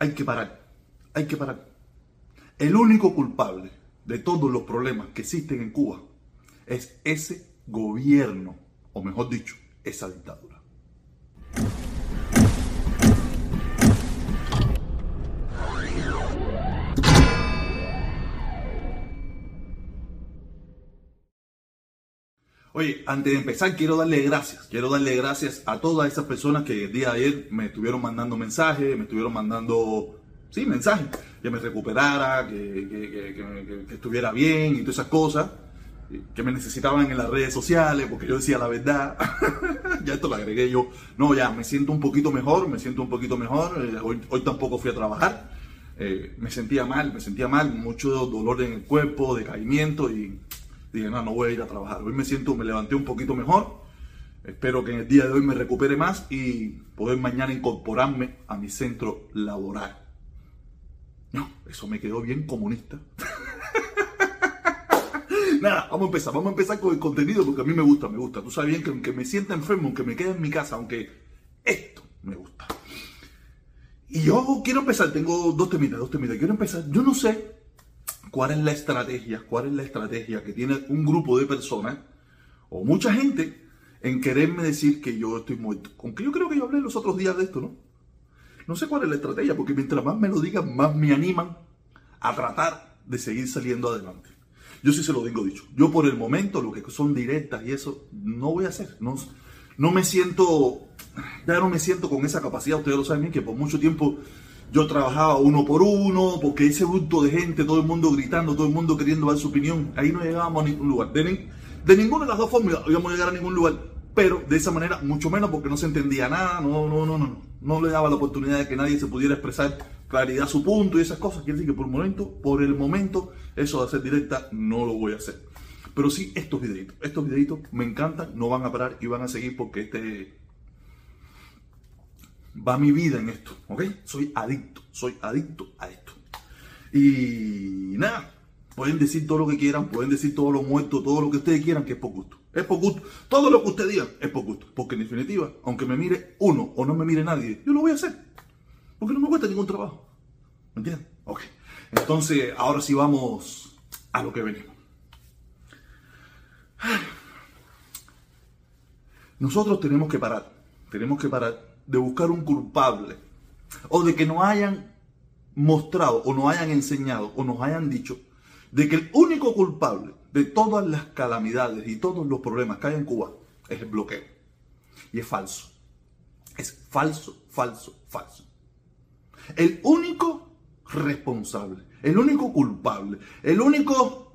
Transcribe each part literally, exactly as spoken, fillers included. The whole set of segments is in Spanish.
hay que parar, hay que parar. El único culpable de todos los problemas que existen en Cuba es ese gobierno, o mejor dicho, esa dictadura. Oye, antes de empezar quiero darle gracias, quiero darle gracias a todas esas personas que el día de ayer me estuvieron mandando mensajes, me estuvieron mandando, sí, mensajes, que me recuperara, que, que, que, que, que estuviera bien y todas esas cosas, que me necesitaban en las redes sociales porque yo decía la verdad. Ya esto lo agregué yo, no, ya me siento un poquito mejor, me siento un poquito mejor, hoy, hoy tampoco fui a trabajar, eh, me sentía mal, me sentía mal, mucho dolor en el cuerpo, decaimiento y... Dije, no, no voy a ir a trabajar. Hoy me siento, me levanté un poquito mejor. Espero que en el día de hoy me recupere más y poder mañana incorporarme a mi centro laboral. No, eso me quedó bien comunista. Nada, vamos a empezar. Vamos a empezar con el contenido porque a mí me gusta, me gusta. Tú sabes bien que aunque me sienta enfermo, aunque me quede en mi casa, aunque esto me gusta. Y yo quiero empezar, tengo dos temitas, dos temitas. Quiero empezar, yo no sé ¿Cuál es la estrategia? ¿Cuál es la estrategia que tiene un grupo de personas o mucha gente en quererme decir que yo estoy muerto? Aunque yo creo que yo hablé los otros días de esto, ¿no? No sé cuál es la estrategia, porque mientras más me lo digan, más me animan a tratar de seguir saliendo adelante. Yo sí se lo tengo dicho. Yo por el momento, lo que son directas y eso, no voy a hacer. No, no me siento, ya no me siento con esa capacidad. Ustedes lo saben bien que por mucho tiempo yo trabajaba uno por uno, porque ese bulto de gente, todo el mundo gritando, todo el mundo queriendo dar su opinión, ahí no llegábamos a ningún lugar. De, ni, de ninguna de las dos formas íbamos a llegar a ningún lugar, pero de esa manera mucho menos porque no se entendía nada, no, no, no, no, no le daba la oportunidad de que nadie se pudiera expresar claridad su punto y esas cosas. Quiere decir que por el momento, por el momento, eso de hacer directa no lo voy a hacer. Pero sí, estos videitos, estos videitos me encantan, no van a parar y van a seguir porque este... va mi vida en esto, ¿ok? Soy adicto, soy adicto a esto. Y nada, pueden decir todo lo que quieran, pueden decir todo lo muerto, todo lo que ustedes quieran, que es por gusto. Es por gusto. Todo lo que ustedes digan es por gusto. Porque en definitiva, aunque me mire uno o no me mire nadie, yo lo voy a hacer. Porque no me cuesta ningún trabajo. ¿Me entienden? Ok. Entonces, ahora sí vamos a lo que venimos. Nosotros tenemos que parar. Tenemos que parar de buscar un culpable o de que nos hayan mostrado o nos hayan enseñado o nos hayan dicho de que el único culpable de todas las calamidades y todos los problemas que hay en Cuba es el bloqueo. Y es falso. Es falso, falso, falso. El único responsable, el único culpable, el único,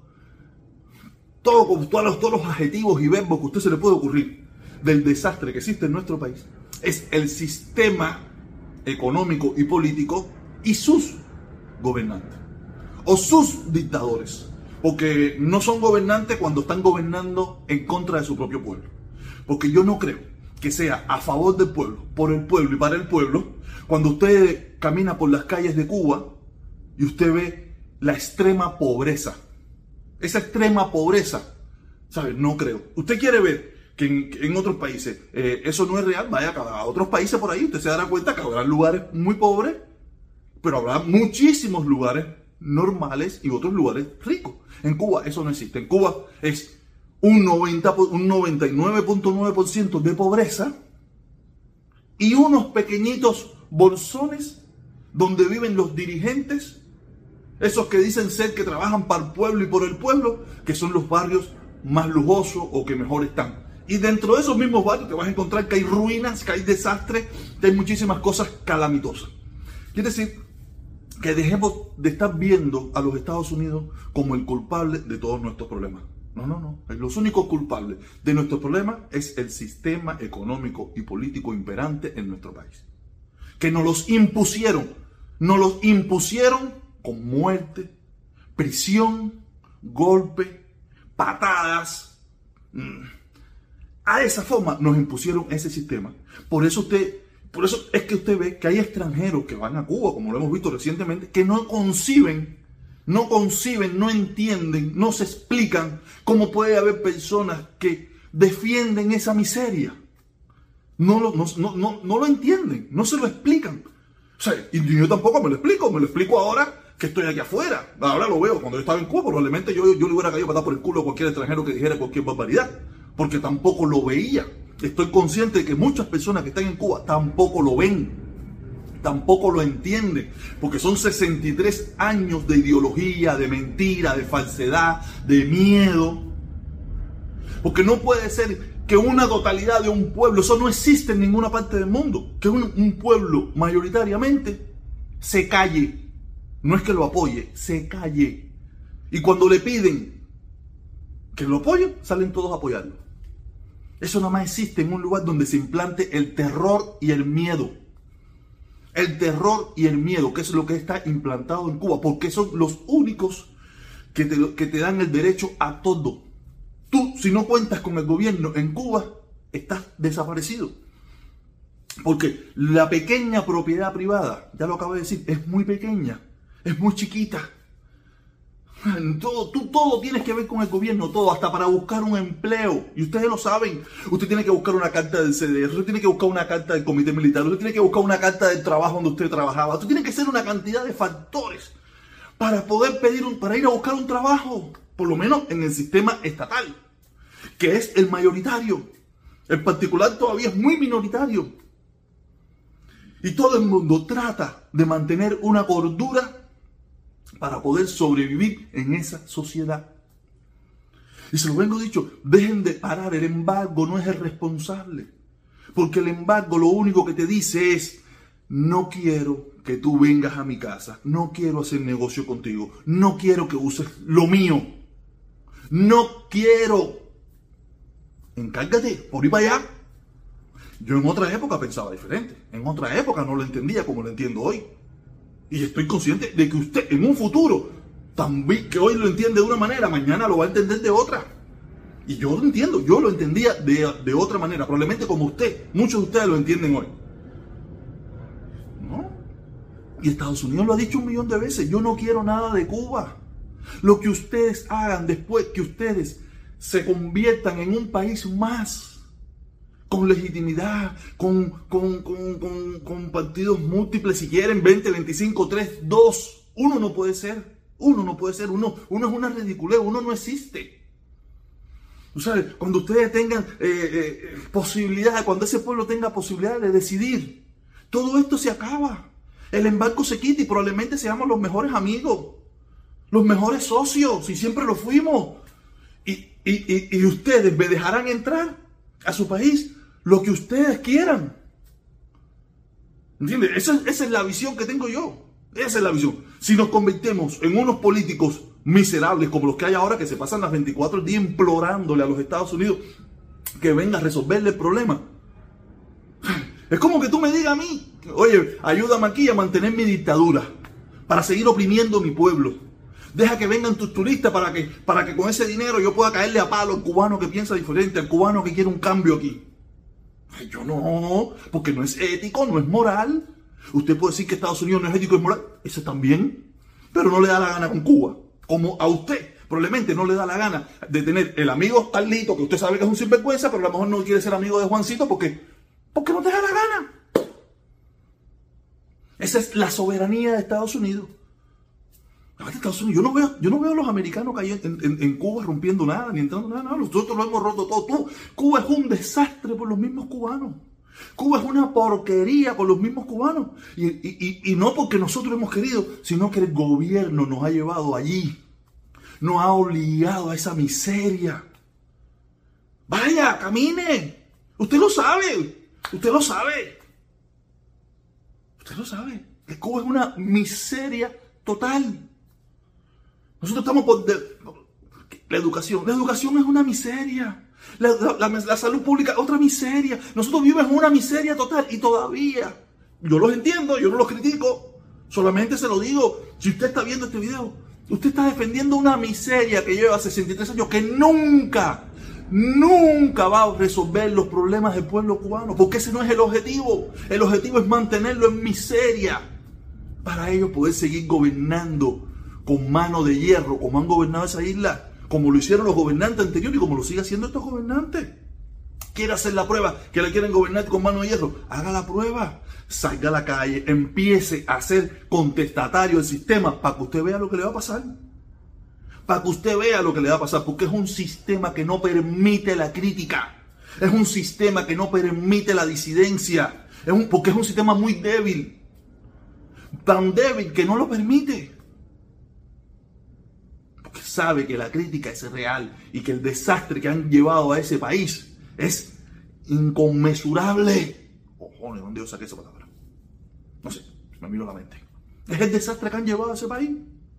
todo, todos, los, todos los adjetivos y verbos que a usted se le puede ocurrir del desastre que existe en nuestro país es el sistema económico y político y sus gobernantes o sus dictadores, porque no son gobernantes cuando están gobernando en contra de su propio pueblo, porque yo no creo que sea a favor del pueblo, por el pueblo y para el pueblo, cuando usted camina por las calles de Cuba y usted ve la extrema pobreza, esa extrema pobreza, ¿sabe? No creo. Usted quiere ver que en, que en otros países eh, eso no es real, vaya a otros países por ahí, usted se dará cuenta que habrá lugares muy pobres, pero habrá muchísimos lugares normales y otros lugares ricos. En Cuba eso no existe. En Cuba es un, noventa, un noventa y nueve punto nueve por ciento de pobreza y unos pequeñitos bolsones donde viven los dirigentes, esos que dicen ser que trabajan para el pueblo y por el pueblo, que son los barrios más lujosos o que mejor están. Y dentro de esos mismos barrios te vas a encontrar que hay ruinas, que hay desastres, que hay muchísimas cosas calamitosas. Quiere decir que dejemos de estar viendo a los Estados Unidos como el culpable de todos nuestros problemas. No, no, no. Los únicos culpables de nuestros problemas es el sistema económico y político imperante en nuestro país. Que nos los impusieron. Nos los impusieron con muerte, prisión, golpe, patadas. A esa forma nos impusieron ese sistema. Por eso usted, por eso es que usted ve que hay extranjeros que van a Cuba, como lo hemos visto recientemente, que no conciben, no conciben, no entienden, no se explican cómo puede haber personas que defienden esa miseria. No lo, no, no, no, no lo entienden, no se lo explican. O sea, y yo tampoco me lo explico, me lo explico ahora que estoy aquí afuera. Ahora lo veo. Cuando yo estaba en Cuba, probablemente yo, yo le hubiera caído patada por el culo a cualquier extranjero que dijera cualquier barbaridad, porque tampoco lo veía. Estoy consciente de que muchas personas que están en Cuba tampoco lo ven, tampoco lo entienden, porque son sesenta y tres años de ideología, de mentira, de falsedad, de miedo. Porque no puede ser que una totalidad de un pueblo, eso no existe en ninguna parte del mundo, que un, un pueblo mayoritariamente se calle. No es que lo apoye, se calle. Y cuando le piden que lo apoyen, salen todos a apoyarlo. Eso nada más existe en un lugar donde se implante el terror y el miedo. El terror y el miedo, que es lo que está implantado en Cuba, porque son los únicos que te, que te dan el derecho a todo. Tú, si no cuentas con el gobierno en Cuba, estás desaparecido. Porque la pequeña propiedad privada, ya lo acabo de decir, es muy pequeña. Es muy chiquita. Todo, tú, todo tienes que ver con el gobierno, todo, hasta para buscar un empleo. Y ustedes lo saben. Usted tiene que buscar una carta del C D R, usted tiene que buscar una carta del comité militar, usted tiene que buscar una carta del trabajo donde usted trabajaba. Usted tiene que hacer una cantidad de factores para poder pedir, un, para ir a buscar un trabajo. Por lo menos en el sistema estatal, que es el mayoritario. El particular todavía es muy minoritario. Y todo el mundo trata de mantener una cordura para poder sobrevivir en esa sociedad. Y se lo vengo dicho, dejen de parar, el embargo no es el responsable. Porque el embargo lo único que te dice es, no quiero que tú vengas a mi casa, no quiero hacer negocio contigo, no quiero que uses lo mío, no quiero. Encárgate, por ir para allá. Yo en otra época pensaba diferente, en otra época no lo entendía como lo entiendo hoy. Y estoy consciente de que usted en un futuro, también que hoy lo entiende de una manera, mañana lo va a entender de otra. Y yo lo entiendo, yo lo entendía de, de otra manera, probablemente como usted, muchos de ustedes lo entienden hoy. ¿No? Y Estados Unidos lo ha dicho un millón de veces, yo no quiero nada de Cuba. Lo que ustedes hagan después que ustedes se conviertan en un país más, con legitimidad, con, con, con, con, con partidos múltiples, si quieren, veinte, veinticinco, tres, dos. Uno no puede ser. Uno no puede ser. Uno, uno es una ridiculez. Uno no existe. O sea, cuando ustedes tengan eh, eh, posibilidad, cuando ese pueblo tenga posibilidad de decidir, todo esto se acaba. El embargo se quita y probablemente seamos los mejores amigos, los mejores socios, y siempre lo fuimos. Y, y, y, y ustedes me dejarán entrar a su país lo que ustedes quieran. ¿Entiendes? Esa, esa es la visión que tengo yo. Esa es la visión. Si nos convertimos en unos políticos miserables como los que hay ahora, que se pasan las veinticuatro días implorándole a los Estados Unidos que venga a resolverle el problema. Es como que tú me digas a mí, oye, ayúdame aquí a mantener mi dictadura, para seguir oprimiendo a mi pueblo. Deja que vengan tus turistas para que, para que con ese dinero yo pueda caerle a palo al cubano que piensa diferente, al cubano que quiere un cambio aquí. Ay, yo no, porque no es ético, no es moral. Usted puede decir que Estados Unidos no es ético y moral, eso también, pero no le da la gana con Cuba. Como a usted probablemente no le da la gana de tener el amigo Carlito, que usted sabe que es un sinvergüenza, pero a lo mejor no quiere ser amigo de Juancito porque, porque no te da la gana. Esa es la soberanía de Estados Unidos. Estados Unidos, yo no veo, yo no veo a los americanos cayendo en, en, en Cuba rompiendo nada, ni entrando nada, nada. Nosotros lo hemos roto todo. Tú, Cuba es un desastre por los mismos cubanos. Cuba es una porquería por los mismos cubanos. Y, y, y, y no porque nosotros hemos querido, sino que el gobierno nos ha llevado allí. Nos ha obligado a esa miseria. Vaya, camine. Usted lo sabe. Usted lo sabe. Usted lo sabe. Que Cuba es una miseria total. Nosotros estamos por de, la educación. La educación es una miseria. La, la, la, la salud pública es otra miseria. Nosotros vivimos en una miseria total y todavía. Yo los entiendo, yo no los critico. Solamente se lo digo. Si usted está viendo este video, usted está defendiendo una miseria que lleva sesenta y tres años, que nunca, nunca va a resolver los problemas del pueblo cubano. Porque ese no es el objetivo. El objetivo es mantenerlo en miseria, para ellos poder seguir gobernando con mano de hierro, como han gobernado esa isla, como lo hicieron los gobernantes anteriores y como lo sigue haciendo estos gobernantes. Quiere hacer la prueba que le quieren gobernar con mano de hierro, haga la prueba. salga a la calle, empiece a ser contestatario del sistema para que usted vea lo que le va a pasar. Para que usted vea lo que le va a pasar, porque es un sistema que no permite la crítica. Es un sistema que no permite la disidencia. Es un, porque es un sistema muy débil. Tan débil que no lo permite. Porque sabe que la crítica es real y que el desastre que han llevado a ese país es inconmensurable. Cojones, ¿dónde yo saqué esa palabra? No sé, me miro la mente. Es el desastre que han llevado a ese país.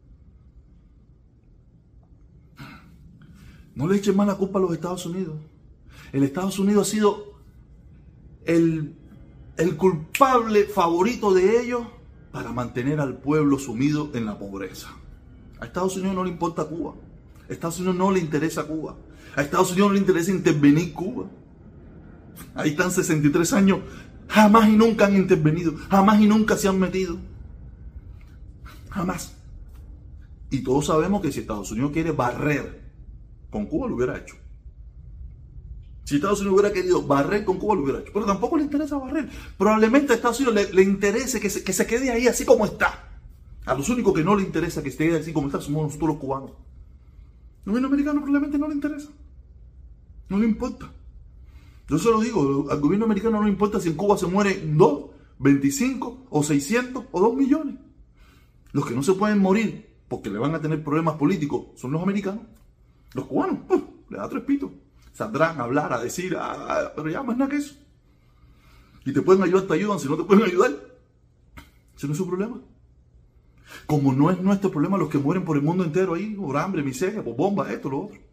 No le echen más la culpa a los Estados Unidos. El Estados Unidos ha sido el, el culpable favorito de ellos para mantener al pueblo sumido en la pobreza. A Estados Unidos no le importa Cuba. A Estados Unidos no le interesa Cuba. A Estados Unidos no le interesa intervenir Cuba. Ahí están sesenta y tres años. Jamás y nunca han intervenido. Jamás y nunca se han metido. Jamás. Y todos sabemos que si Estados Unidos quiere barrer con Cuba, lo hubiera hecho. Si Estados Unidos hubiera querido barrer con Cuba, lo hubiera hecho. Pero tampoco le interesa barrer. Probablemente a Estados Unidos le, le interese que se, que se quede ahí así como está. A los únicos que no le interesa que esté así como está somos nosotros los cubanos. Al gobierno americano probablemente no le interesa. No le importa. Yo se lo digo, al gobierno americano no le importa si en Cuba se mueren dos, veinticinco o seiscientos o dos millones. Los que no se pueden morir porque le van a tener problemas políticos son los americanos. Los cubanos, uh, le da tres pitos. Saldrán a hablar, a decir, ah, pero ya más nada que eso. Y te pueden ayudar, te ayudan. Si no te pueden ayudar, ese no es su problema. Como no es nuestro problema los que mueren por el mundo entero ahí, por hambre, miseria, por bombas, esto, lo otro.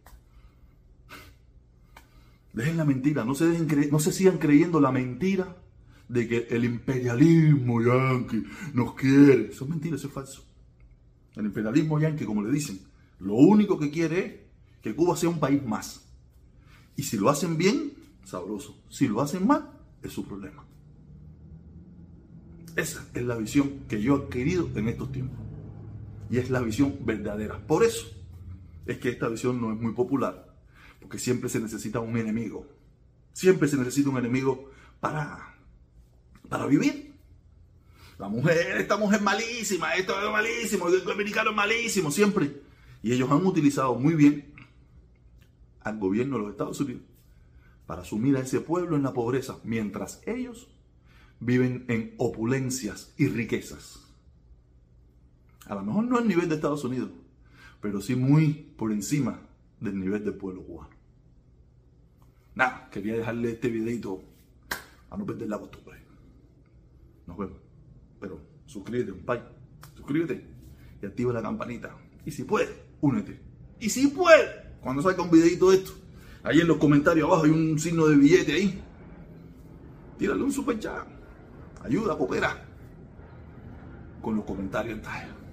Dejen la mentira, no se, dejen cre- no se sigan creyendo la mentira de que el imperialismo yanqui nos quiere. Eso es mentira, eso es falso. El imperialismo yanqui, como le dicen, lo único que quiere es que Cuba sea un país más. Y si lo hacen bien, sabroso. Si lo hacen mal, es su problema. Esa es la visión que yo he adquirido en estos tiempos. Y es la visión verdadera. Por eso es que esta visión no es muy popular. Porque siempre se necesita un enemigo. Siempre se necesita un enemigo para, para vivir. La mujer, esta mujer malísima, esto es malísimo, el americano es malísimo, siempre. Y ellos han utilizado muy bien al gobierno de los Estados Unidos para sumir a ese pueblo en la pobreza, mientras ellos viven en opulencias y riquezas. A lo mejor no al nivel de Estados Unidos, pero sí muy por encima del nivel del pueblo cubano. Nada, quería dejarle este videito a no perder la costumbre. Nos vemos. Pero suscríbete, compadre. Suscríbete y activa la campanita. Y si puedes, únete. Y si puedes, cuando salga un videito de esto, ahí en los comentarios abajo hay un signo de billete ahí. Tírale un super chat. Ayuda, coopera con los comentarios.